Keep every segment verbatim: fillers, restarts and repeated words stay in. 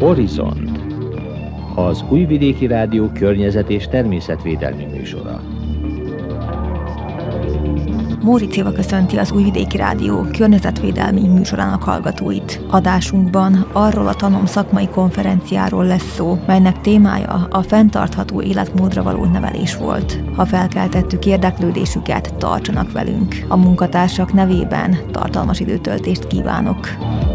Horizont, az Újvidéki Rádió környezet- és természetvédelmi műsora. Móricz Éva köszönti az Újvidéki Rádió környezetvédelmi műsorának hallgatóit. Adásunkban arról a tanom szakmai konferenciáról lesz szó, melynek témája a fenntartható életmódra való nevelés volt. Ha felkeltettük érdeklődésüket, tartsanak velünk. A munkatársak nevében tartalmas időtöltést kívánok.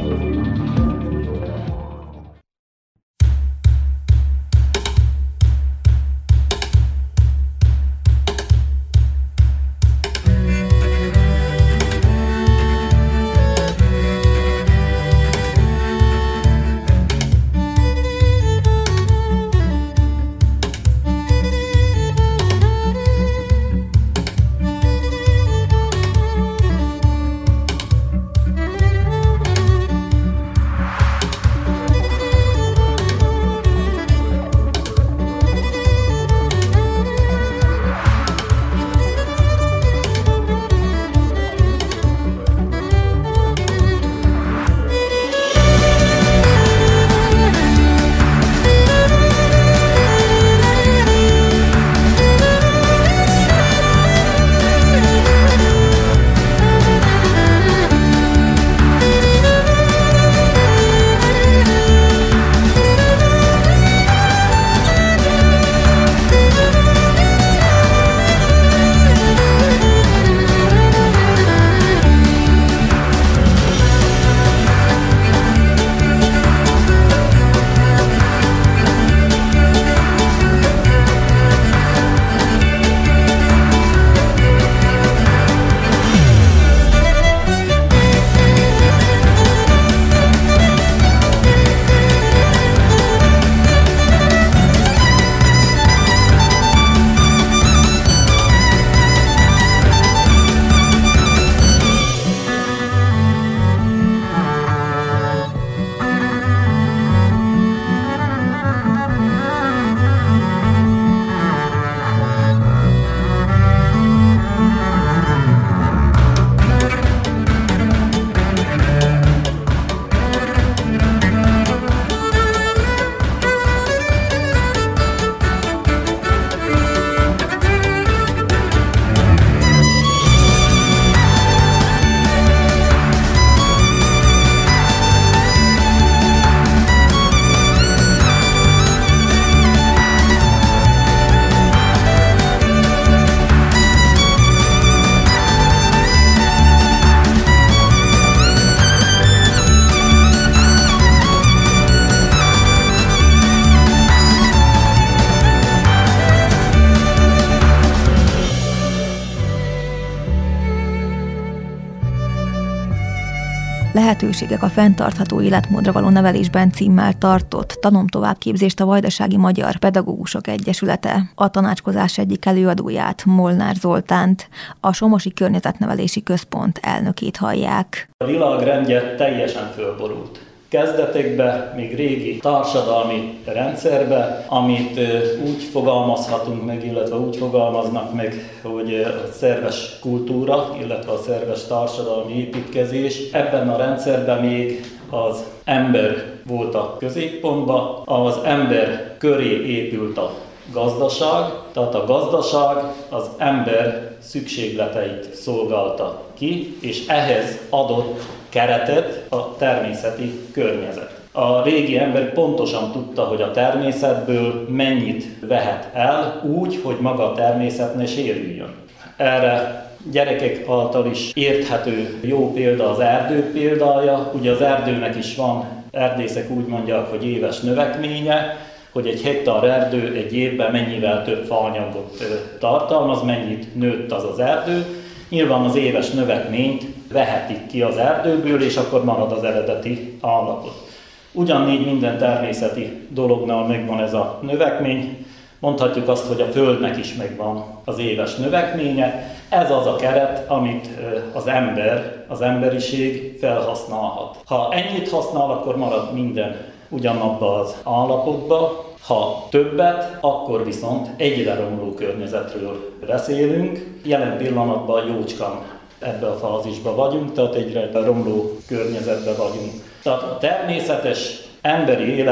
Lehetőségek a fenntartható életmódra való nevelésben címmel tartott tanomtovábbképzést a Vajdasági Magyar Pedagógusok Egyesülete. A tanácskozás egyik előadóját, Molnár Zoltánt, a Somosi Környezetnevelési Központ elnökét hallják. A világrendje teljesen fölborult. Kezdetekben, még régi társadalmi rendszerbe, amit úgy fogalmazhatunk meg, illetve úgy fogalmaznak meg, hogy a szerves kultúra, illetve a szerves társadalmi építkezés. Ebben a rendszerben még az ember volt a középpontban, az ember köré épült a gazdaság, tehát a gazdaság az ember szükségleteit szolgálta ki, és ehhez adott keretet a természeti környezet. A régi ember pontosan tudta, hogy a természetből mennyit vehet el, úgy, hogy maga a természet ne sérüljön. Erre gyerekek által is érthető jó példa az erdő példája. Ugye az erdőnek is van, erdészek úgy mondják, hogy éves növekménye, hogy egy hektár erdő egy évben mennyivel több faanyagot tartalmaz, mennyit nőtt az az erdő. Nyilván az éves növekményt vehetik ki az erdőből, és akkor marad az eredeti állapot. Ugyanígy minden természeti dolognál megvan ez a növekmény. Mondhatjuk azt, hogy a Földnek is megvan az éves növekménye. Ez az a keret, amit az ember, az emberiség felhasználhat. Ha ennyit használ, akkor marad minden ugyanabba az állapotba. Ha többet, akkor viszont egyre romló környezetről beszélünk. Jelen pillanatban jócskán ebbe a fázisba vagyunk, tehát egyre romló környezetben vagyunk. Tehát a természetes emberi élet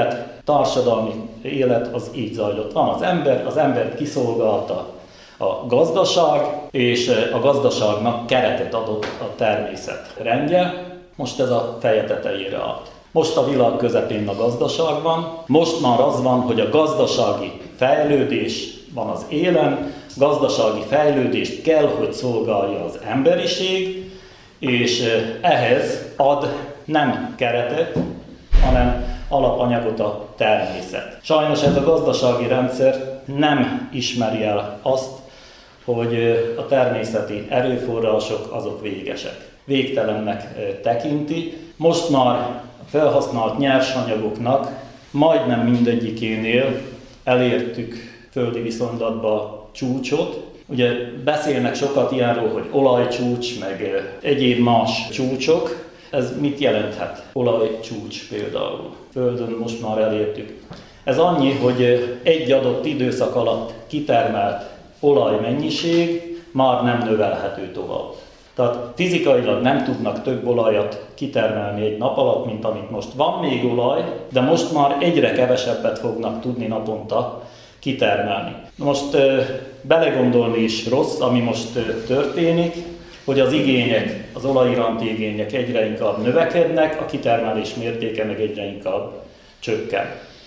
társadalmi élet az így zajlott. Van az ember, az embert kiszolgálta a gazdaság, és a gazdaságnak keretet adott a természet rendje. Most ez a feje tetejére állt. Most a világ közepén a gazdaság van, most már az van, hogy a gazdasági fejlődés van az élen, gazdasági fejlődést kell, hogy szolgálja az emberiség, és ehhez ad nem keretet, hanem alapanyagot a természet. Sajnos ez a gazdasági rendszer nem ismeri el azt, hogy a természeti erőforrások azok végesek. Végtelennek tekinti. Most már felhasznált nyersanyagoknak majdnem mindegyikénél elértük földi viszonylatban csúcsot. Ugye beszélnek sokat ilyenről, hogy olajcsúcs, meg egyéb más csúcsok. Ez mit jelenthet? Olajcsúcs például. Földön most már elértük. Ez annyi, hogy egy adott időszak alatt kitermelt olajmennyiség már nem növelhető tovább. Tehát fizikailag nem tudnak több olajat kitermelni egy nap alatt, mint amit most van még olaj, de most már egyre kevesebbet fognak tudni naponta kitermelni. Most belegondolni is rossz, ami most történik, hogy az igények, az olaj iránti igények egyre inkább növekednek, a kitermelés mértéke meg egyre inkább csökken.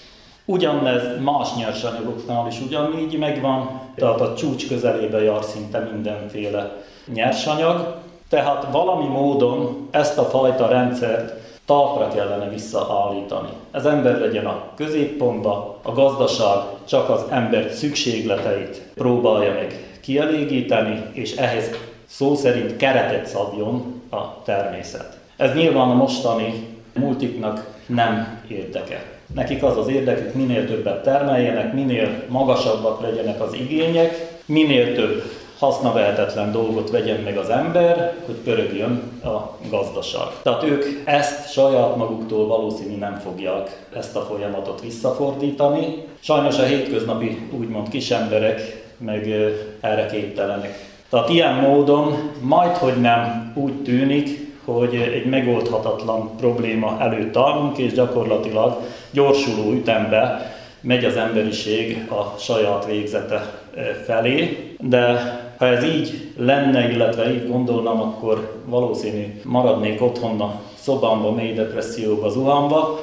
Ugyanez más nyersanyagoknál is ugyanígy megvan, tehát a csúcs közelébe jár szinte mindenféle nyersanyag, tehát valami módon ezt a fajta rendszert talpra kellene visszaállítani. Az ember legyen a középpontban, a gazdaság csak az ember szükségleteit próbálja meg kielégíteni, és ehhez szó szerint keretet szabjon a természet. Ez nyilván a mostani multiknak nem érdeke. Nekik az az érdekük, minél többet termeljenek, minél magasabbak legyenek az igények, minél több hasznavehetetlen dolgot vegyen meg az ember, hogy pörögjön a gazdaság. Tehát ők ezt saját maguktól valószínű nem fogják ezt a folyamatot visszafordítani. Sajnos a hétköznapi úgymond kisemberek meg erre képtelenek. Tehát ilyen módon majdhogy nem úgy tűnik, hogy egy megoldhatatlan probléma előtt állunk, és gyakorlatilag gyorsuló ütembe megy az emberiség a saját végzete felé. De ha ez így lenne, illetve így gondolnám, akkor valószínű maradnék otthon a szobámba, mély depresszióba, zuhamba,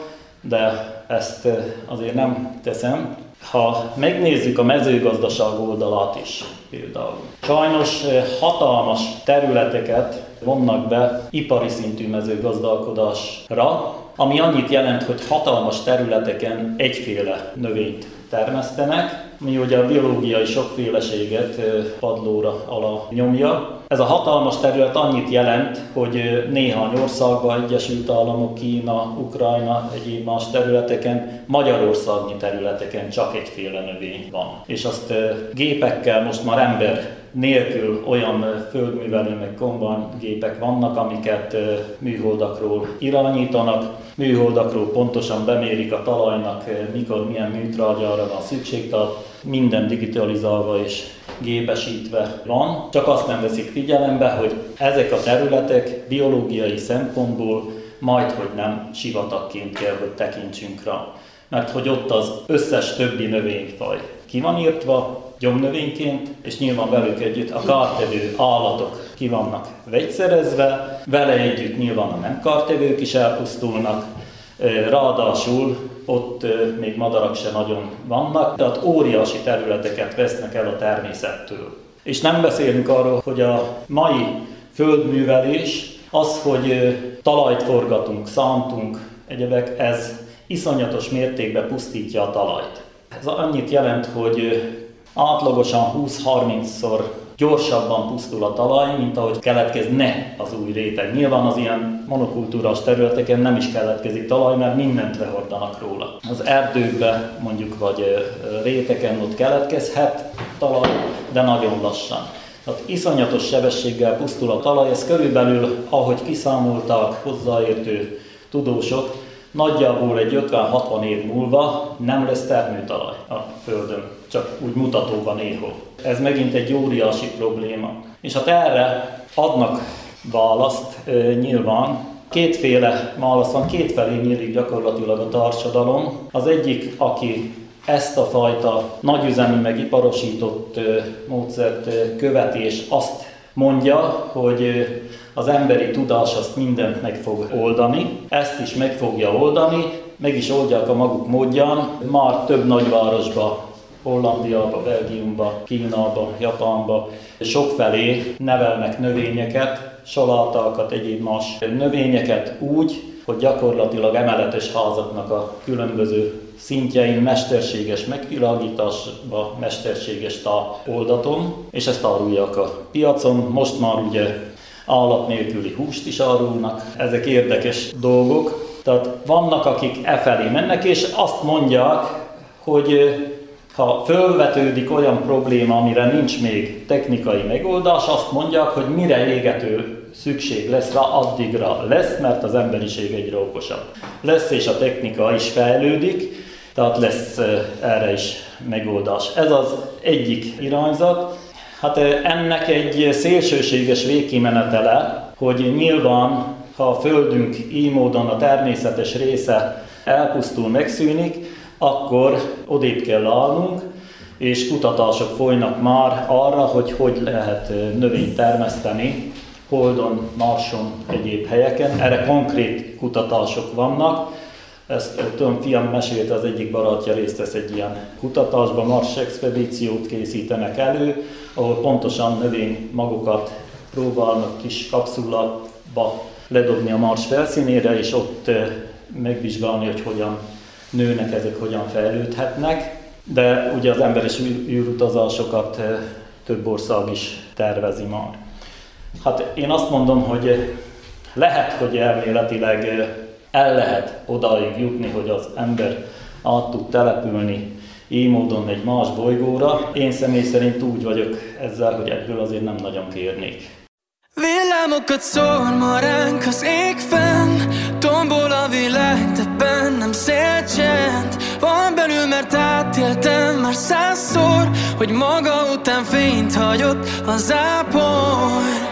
de ezt azért nem teszem. Ha megnézzük a mezőgazdaság oldalát is például. Sajnos hatalmas területeket vonnak be ipari szintű mezőgazdálkodásra, ami annyit jelent, hogy hatalmas területeken egyféle növényt termesztenek, mi ugye a biológiai sokféleséget padlóra alá nyomja. Ez a hatalmas terület annyit jelent, hogy néhány országban, Egyesült Államok, Kína, Ukrajna, egyéb más területeken, magyarországnyi területeken csak egyféle növény van. És azt gépekkel most már ember nélkül olyan földművelő meg kombány gépek vannak, amiket műholdakról irányítanak, műholdakról pontosan bemérik a talajnak, mikor milyen műtrágyára van szükség, tehát minden digitalizálva és gépesítve van, csak azt nem veszik figyelembe, hogy ezek a területek biológiai szempontból majdhogy nem sivatagként kell, hogy tekintsünk rá. Mert hogy ott az összes többi növényfaj ki van írtva gyomnövényként, és nyilván velük együtt a kártevő állatok ki vannak vegyszerezve, vele együtt nyilván a nem kártevők is elpusztulnak, ráadásul ott még madarak se nagyon vannak, tehát óriási területeket vesznek el a természettől. És nem beszélünk arról, hogy a mai földművelés, az, hogy talajt forgatunk, szántunk, egyebek, ez iszonyatos mértékben pusztítja a talajt. Ez annyit jelent, hogy átlagosan húsz-harmincszor gyorsabban pusztul a talaj, mint ahogy keletkezne az új réteg. Nyilván az ilyen monokultúrás területeken nem is keletkezik talaj, mert mindent lehordanak róla. Az erdőkben mondjuk vagy réteken ott keletkezhet talaj, de nagyon lassan. Tehát iszonyatos sebességgel pusztul a talaj, ez körülbelül, ahogy kiszámolták hozzáértő tudósok, nagyjából egy ötven-hatvan év múlva nem lesz termőtalaj a Földön, csak úgy mutatóban néhol. Ez megint egy óriási probléma. És hát erre adnak választ e, nyilván Kétféle válasz van, kétfelé nyílik gyakorlatilag a társadalom. Az egyik, aki ezt a fajta nagyüzemi meg iparosított módszert követi, és azt mondja, hogy az emberi tudás azt mindent meg fog oldani, ezt is meg fogja oldani, meg is oldják a maguk módján. Már több nagyvárosba, Hollandiába, Belgiumba, Kínába, Japánba sokfelé nevelnek növényeket, salátákat, egyéb más növényeket úgy, hogy gyakorlatilag emeletes házaknak a különböző szintjein mesterséges megvilágításba, mesterséges tápoldaton, és ezt árulják a piacon. Most már ugye állat nélküli húst is árulnak, ezek érdekes dolgok. Tehát vannak, akik e felé mennek, és azt mondják, hogy ha fölvetődik olyan probléma, amire nincs még technikai megoldás, azt mondják, hogy mire égető szükség lesz rá, addigra lesz, mert az emberiség egyre okosabb lesz, és a technika is fejlődik, tehát lesz erre is megoldás. Ez az egyik irányzat. Hát ennek egy szélsőséges végkimenetele, hogy nyilván, ha a Földünk így módon a természetes része elpusztul, megszűnik, akkor odébb kell állnunk, és kutatások folynak már arra, hogy hogy lehet növényt termeszteni Holdon, Marson, egyéb helyeken. Erre konkrét kutatások vannak. Ezt tudom, fiam mesélte, az egyik barátja részt vesz egy ilyen kutatásban, Mars expedíciót készítenek elő, ahol pontosan növénymagokat próbálnak kis kapszulába ledobni a Mars felszínére, és ott megvizsgálni, hogy hogyan nőnek ezek, hogyan fejlődhetnek. De ugye az emberes űrutazásokat több ország is tervezi már. Hát én azt mondom, hogy lehet, hogy elméletileg el lehet odáig jutni, hogy az ember át tud települni így módon egy más bolygóra. Én személy szerint úgy vagyok ezzel, hogy ebből azért nem nagyon kérnék. Villámokat szór ma ránk az ég fenn, tombol a világ, de bennem szélcsend. Van belül, mert átéltem már százszor, hogy maga után fényt hagyott a zápor.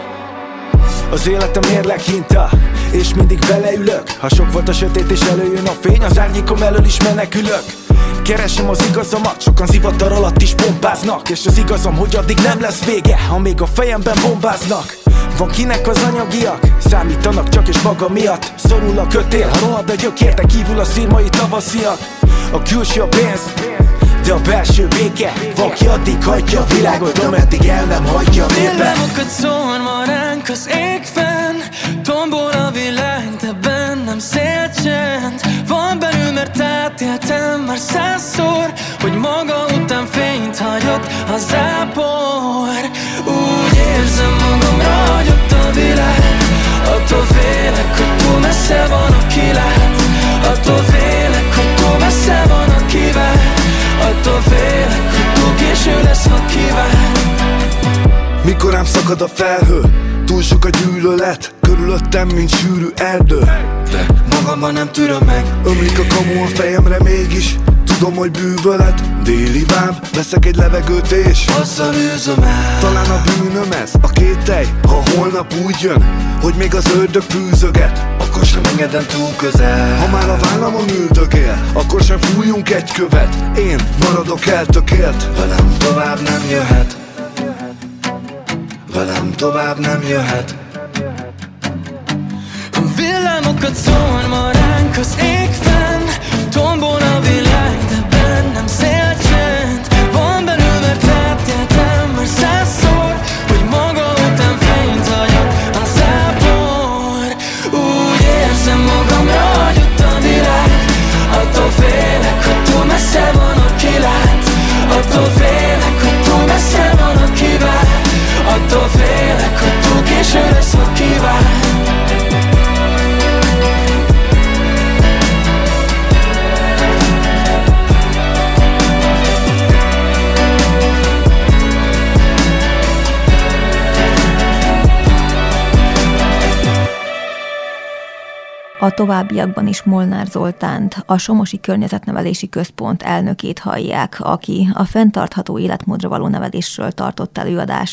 Az életem mérleg hinta, és mindig beleülök. Ha sok volt a sötét és előjön a fény, az árnyékom elől is menekülök. Keresem az igazomat, sokan zivatar alatt is pompáznak, és az igazom, hogy addig nem lesz vége, ha még a fejemben bombáznak. Van kinek az anyagiak, számítanak csak és maga miatt. Szorul a kötél, ha rohad a gyökér, de kívül a szirmai tavasziak. A külső a pénz, de a belső béke. Van ki addig hagyja a világot, ameddig el nem hagyja a vépe. Villámokat szól ma ránk az ég fenn, tombol a világ, de bennem szélcsend. Van belül, mert átéltem már százszor, hogy maga után fényt hagyott a zápor. Úgy érzem magam, ragyott a világ, attól félek, hogy túl messze van a kilát. Attól félek, hogy túl messze van a kíván. Attól félek, hogy túl késő lesz, ha kíván. Mikor rám szakad a felhő, túl sok a gyűlölet, körülöttem, mint sűrű erdő, de magamban nem tűröm meg. Ömlik a kamu a fejemre mégis, tudom, hogy bűvölet. Déli báb, veszek egy levegőt és azzal űzöm el. Talán a bűnöm ez, a kételj, ha holnap úgy jön, hogy még az ördög fűzöget, akkor sem engedem túl közel. Ha már a vállamon üldögél, akkor sem fújjunk egy követ. Én maradok eltökélt, velem tovább nem jöhet. Velem tovább nem jöhet. A villámokat szól ma ránk az ég fenn, tombol a világ, de bennem szélcsend. Van belül, mert átéltem már százszor, hogy maga után fényt hagyott a zápor. Úgy érzem magam, ragyott a világ, attól félek, hogy túl messze van a kilát. Attól félek, hogy túl messze van a kíván. Attól félek, hogy túl késő lesz, ha kíván. A továbbiakban is Molnár Zoltánt, a Somosi Környezetnevelési Központ elnökét hallják, aki a fenntartható életmódra való nevelésről tartott előadást.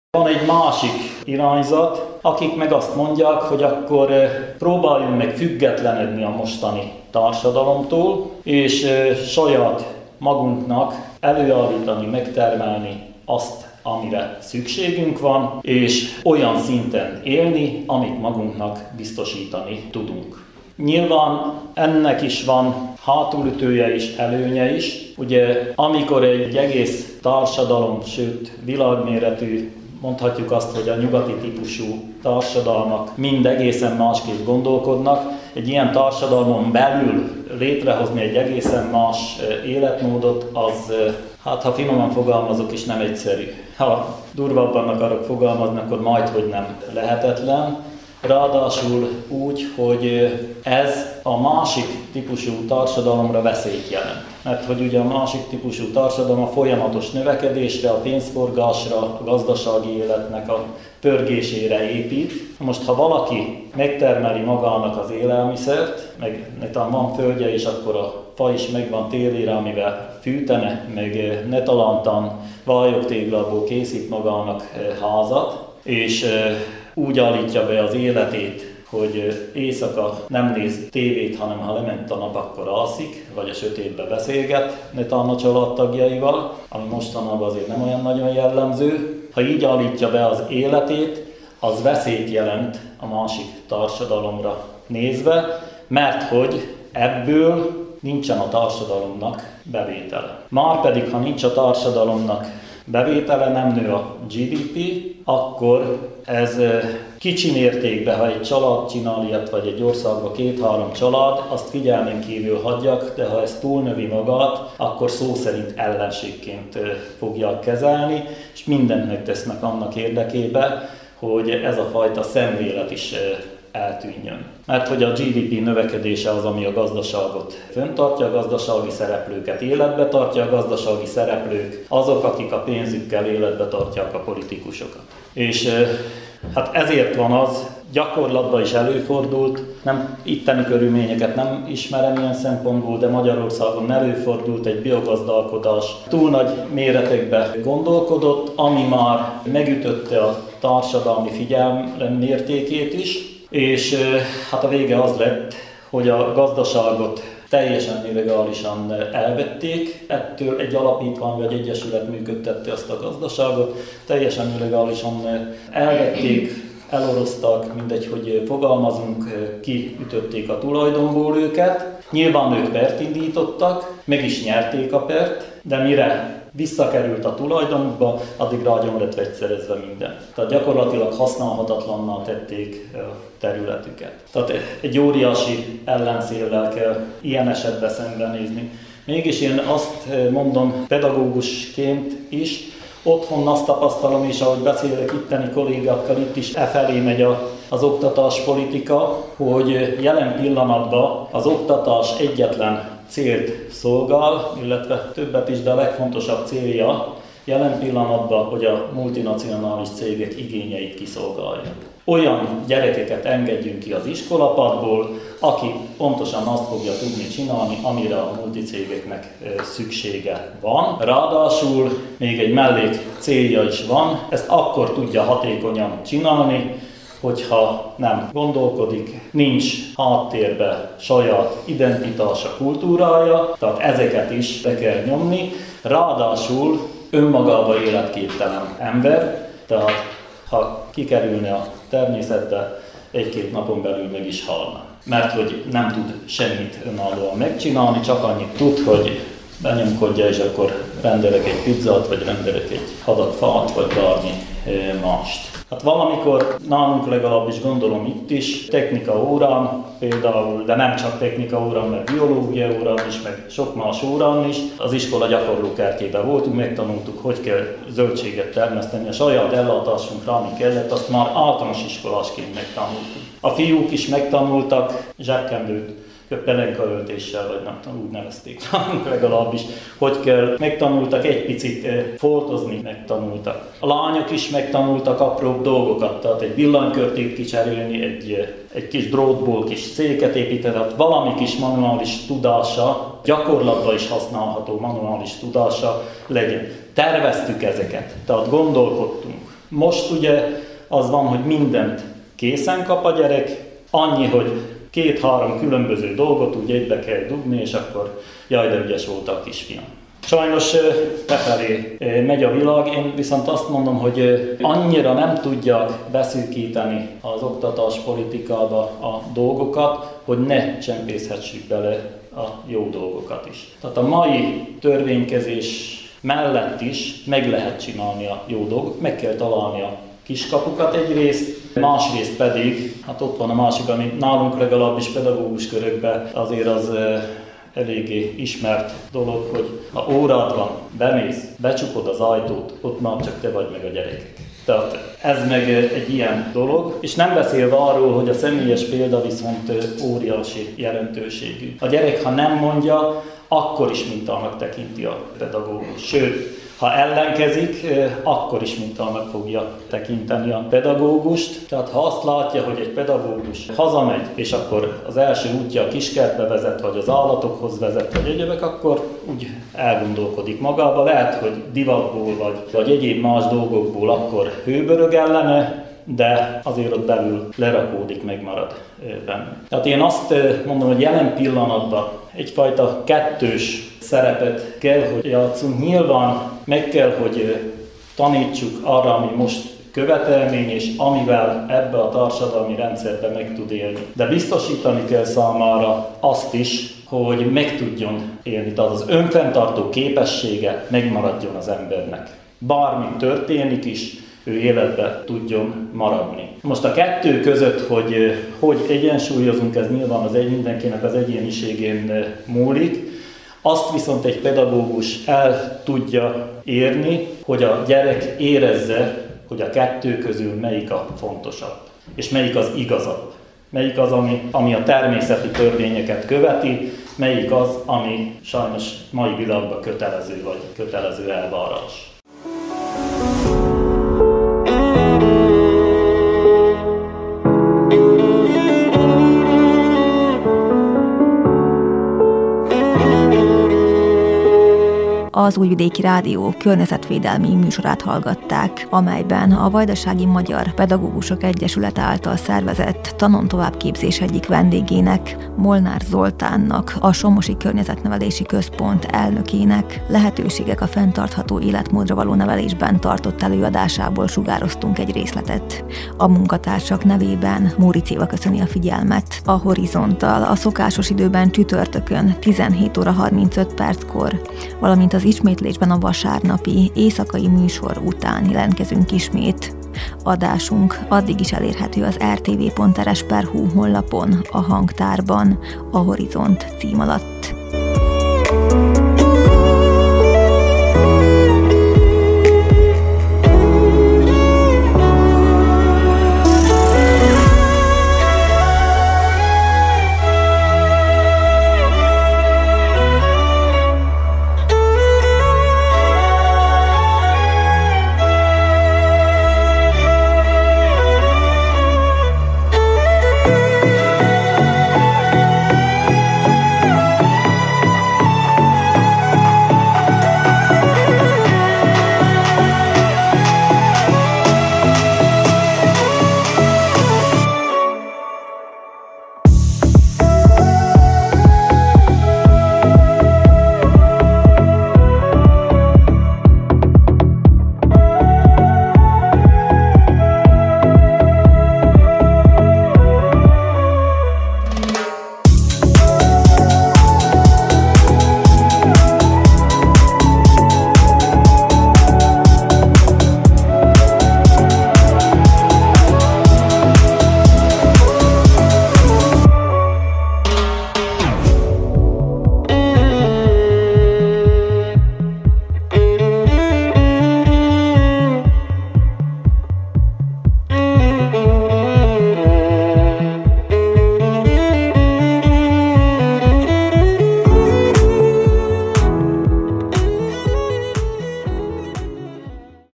Van egy másik irányzat, akik meg azt mondják, hogy akkor próbáljunk meg függetlenedni a mostani társadalomtól, és saját magunknak előállítani, megtermelni azt, amire szükségünk van, és olyan szinten élni, amit magunknak biztosítani tudunk. Nyilván ennek is van hátulütője is, előnye is. Ugye amikor egy egész társadalom, sőt világméretű, mondhatjuk azt, hogy a nyugati típusú társadalmak mind egészen másképp gondolkodnak, egy ilyen társadalmon belül létrehozni egy egészen más életmódot, az, hát ha finoman fogalmazok is, nem egyszerű. Ha durvábban akarok fogalmazni, akkor majdhogy nem lehetetlen. Ráadásul úgy, hogy ez a másik típusú társadalomra veszélyt jelent. Mert hogy ugye a másik típusú társadalom a folyamatos növekedésre, a pénzforgásra, a gazdasági életnek a pörgésére épít. Most ha valaki megtermeli magának az élelmiszert, meg netán van földje, és akkor a fa is megvan télére, amivel fűtene, meg netalántan vályogtéglából készít magának házat, és úgy állítja be az életét, hogy éjszaka nem néz tévét, hanem ha lement a nap, akkor alszik, vagy a sötétbe beszélget, netán a családtagjaival, ami mostanában azért nem olyan nagyon jellemző. Ha így állítja be az életét, az veszélyt jelent a másik társadalomra nézve, mert hogy ebből nincsen a társadalomnak bevétele. Márpedig, ha nincs a társadalomnak bevétele, nem nő a gé dé pé, akkor ez kicsi mértékben, ha egy család csinál ilyet, vagy egy országban két-három család, azt figyelmen kívül hagyjak, de ha ez túlnövi magát, akkor szó szerint ellenségként fogják kezelni, és mindent megtesznek annak érdekében, hogy ez a fajta szemlélet is eltűnjön. Mert hogy a gé dé pé növekedése az, ami a gazdaságot fenntartja, a gazdasági szereplőket életbe tartja, a gazdasági szereplők azok, akik a pénzükkel életbe tartják a politikusokat. És hát ezért van az, gyakorlatban is előfordult, nem itteni körülményeket nem ismerem ilyen szempontból, de Magyarországon előfordult egy biogazdálkodás, túl nagy méretekben gondolkodott, ami már megütötte a társadalmi figyelem mértékét is, és hát a vége az lett, hogy a gazdaságot teljesen illegálisan elvették, ettől egy alapítvány vagy egyesület működtette azt a gazdaságot, teljesen illegálisan elvették, eloroztak, mindegy, hogy fogalmazunk, kiütötték a tulajdonból őket. Nyilván ők pert indítottak, meg is nyerték a pert, de mire visszakerült a tulajdonukba, addig rágyon lett vegyszerezve minden. Tehát gyakorlatilag használhatatlanná tették a területüket. Tehát egy óriási ellenszéllel kell ilyen esetben szembenézni. Mégis én azt mondom pedagógusként is, otthon azt tapasztalom, és ahogy beszélek itteni kollégákkal, itt is e felé megy a, az oktatáspolitika, hogy jelen pillanatban az oktatás egyetlen célt szolgál, illetve többet is, de a legfontosabb célja jelen pillanatban, hogy a multinacionális cégek igényeit kiszolgálja. Olyan gyerekeket engedjünk ki az iskolapadból, aki pontosan azt fogja tudni csinálni, amire a multicégeknek szüksége van. Ráadásul még egy mellék célja is van, ezt akkor tudja hatékonyan csinálni, hogyha nem gondolkodik, nincs háttérbe saját identitása, kultúrája, tehát ezeket is be kell nyomni. Ráadásul önmagában életképtelen ember, tehát ha kikerülne a természetbe, egy-két napon belül meg is halna. Mert hogy nem tud semmit önállóan megcsinálni, csak annyit tud, hogy benyomkodja, és akkor rendelek egy pizzát, vagy rendelek egy hadat fát, vagy bármi mást. Hát valamikor nálunk legalábbis gondolom itt is, technika órán például, de nem csak technika órán, mert biológia órán is, meg sok más órán is. Az iskola gyakorlókertjében voltunk, megtanultuk, hogy kell zöldséget termeszteni, a saját ellátásunkra, ami kellett, azt már általános iskolásként megtanultuk. A fiúk is megtanultak zsekkendőt, pelenkaöltéssel, vagy nem tudom, úgy nevezték nálunk legalábbis, hogy kell, megtanultak egy picit foltozni, megtanultak. A lányok is megtanultak apróbb dolgokat, tehát egy villanykörtét kicserélni, egy, egy kis drótból kis széket építeni, tehát valami kis manuális tudása, gyakorlatban is használható manuális tudása legyen. Terveztük ezeket, tehát gondolkodtunk. Most ugye az van, hogy mindent készen kap a gyerek, annyi, hogy két-három különböző dolgot úgy egybe kell dugni, és akkor jaj, de ügyes volt a kisfiam. Sajnos befelé megy a világ, én viszont azt mondom, hogy annyira nem tudják beszűkíteni az oktatáspolitikába a dolgokat, hogy ne csempészhessük bele a jó dolgokat is. Tehát a mai törvénykezés mellett is meg lehet csinálni a jó dolgokat, meg kell találni a kiskapukat egyrészt, másrészt pedig, hát ott van a másik, ami nálunk legalábbis pedagógus körökben azért az eléggé ismert dolog, hogy ha órád van, bemész, becsukod az ajtót, ott már csak te vagy meg a gyerekek. Tehát ez meg egy ilyen dolog, és nem beszélve arról, hogy a személyes példa viszont óriási jelentőségű. A gyerek, ha nem mondja, akkor is mintának tekinti a pedagógus. Sőt, ha ellenkezik, akkor is mintának fogja tekinteni a pedagógust. Tehát ha azt látja, hogy egy pedagógus hazamegy, és akkor az első útja a kiskertbe vezet, vagy az állatokhoz vezet, vagy egyébek, akkor úgy elgondolkodik magába. Lehet, hogy divatból, vagy, vagy egyéb más dolgokból akkor hőbörög ellene, de azért ott belül lerakódik, megmarad benne. Tehát én azt mondom, hogy jelen pillanatban egyfajta kettős szerepet kell, hogy játszunk. Nyilván meg kell, hogy tanítsuk arra, ami most követelmény, és amivel ebbe a társadalmi rendszerbe meg tud élni. De biztosítani kell számára azt is, hogy meg tudjon élni, tehát az önfenntartó képessége megmaradjon az embernek. Bármi történik is, ő életbe tudjon maradni. Most a kettő között, hogy hogy egyensúlyozunk, ez nyilván az egy mindenkinek az egyéniségén múlik. Azt viszont egy pedagógus el tudja érni, hogy a gyerek érezze, hogy a kettő közül melyik a fontosabb, és melyik az igazabb. Melyik az, ami, ami a természeti törvényeket követi, melyik az, ami sajnos mai világban kötelező vagy kötelező elvárás. Az Újvidéki Rádió környezetvédelmi műsorát hallgatták, amelyben a Vajdasági Magyar Pedagógusok Egyesület által szervezett tanontovábbképzés egyik vendégének, Molnár Zoltánnak, a Somosi Környezetnevelési Központ elnökének lehetőségek a fenntartható életmódra való nevelésben tartott előadásából sugároztunk egy részletet. A munkatársak nevében Móricz Éva köszöni a figyelmet. A Horizonttal a szokásos időben csütörtökön tizenhét óra harmincöt perckor, valamint az ismétlésben a vasárnapi éjszakai műsor után jelentkezünk ismét. Adásunk addig is elérhető az er té vé pont er es pont hu honlapon, a hangtárban, a Horizont cím alatt.